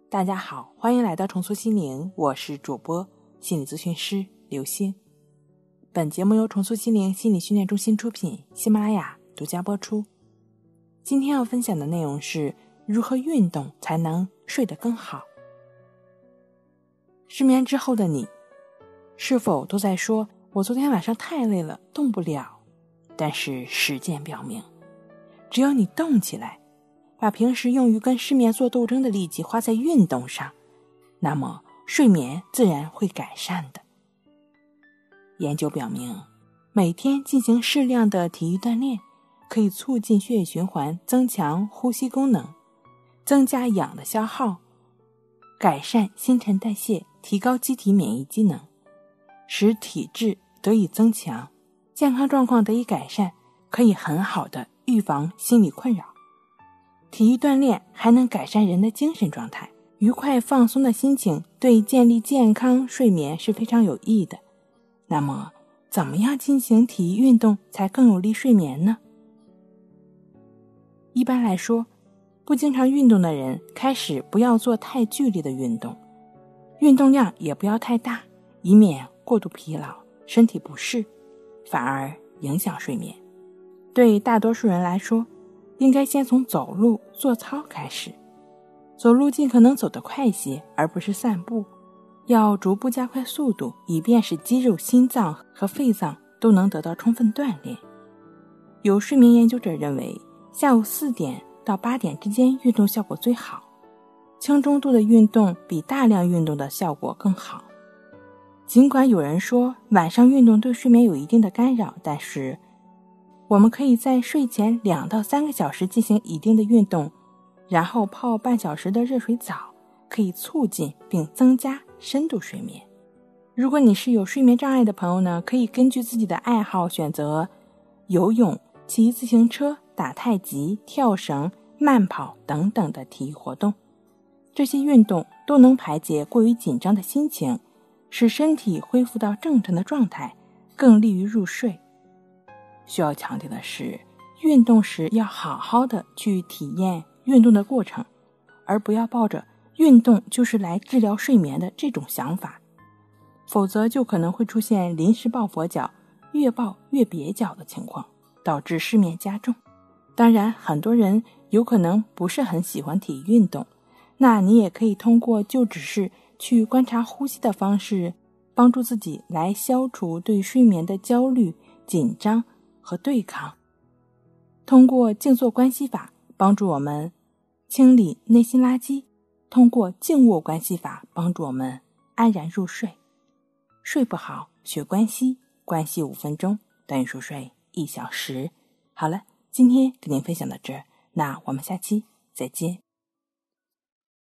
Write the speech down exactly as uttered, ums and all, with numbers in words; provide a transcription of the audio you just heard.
大家好，欢迎来到重塑心灵，我是主播心理咨询师刘星。本节目由重塑心灵心理训练中心出品，喜马拉雅独家播出。今天要分享的内容是如何运动才能睡得更好。失眠之后的你，是否都在说我昨天晚上太累了，动不了？但是实践表明，只要你动起来，把平时用于跟失眠做斗争的力气花在运动上，那么睡眠自然会改善的。研究表明，每天进行适量的体育锻炼，可以促进血液循环，增强呼吸功能，增加氧的消耗，改善新陈代谢，提高机体免疫机能，使体质得以增强，健康状况得以改善，可以很好的预防心理困扰。体育锻炼还能改善人的精神状态，愉快放松的心情对建立健康睡眠是非常有益的。那么，怎么样进行体育运动才更有利睡眠呢？一般来说，不经常运动的人开始不要做太剧烈的运动，运动量也不要太大，以免过度疲劳，身体不适，反而影响睡眠。对大多数人来说，应该先从走路做操开始，走路尽可能走得快些，而不是散步，要逐步加快速度，以便使肌肉、心脏和肺脏都能得到充分锻炼。有睡眠研究者认为，下午四点到八点之间运动效果最好，轻中度的运动比大量运动的效果更好。尽管有人说晚上运动对睡眠有一定的干扰，但是我们可以在睡前两到三个小时进行一定的运动，然后泡半小时的热水澡，可以促进并增加深度睡眠。如果你是有睡眠障碍的朋友呢，可以根据自己的爱好选择游泳、骑自行车、打太极、跳绳、慢跑等等的体育活动。这些运动都能排解过于紧张的心情，使身体恢复到正常的状态，更利于入睡。需要强调的是，运动时要好好的去体验运动的过程，而不要抱着运动就是来治疗睡眠的这种想法，否则就可能会出现临时抱佛脚，越抱越蹩脚的情况，导致失眠加重。当然，很多人有可能不是很喜欢体育运动，那你也可以通过就只是去观察呼吸的方式，帮助自己来消除对睡眠的焦虑、紧张和对抗。通过静坐观息法帮助我们清理内心垃圾，通过静卧观息法帮助我们安然入睡。睡不好学观息，观息五分钟等于熟睡一小时。好了，今天跟您分享到这儿，那我们下期再见。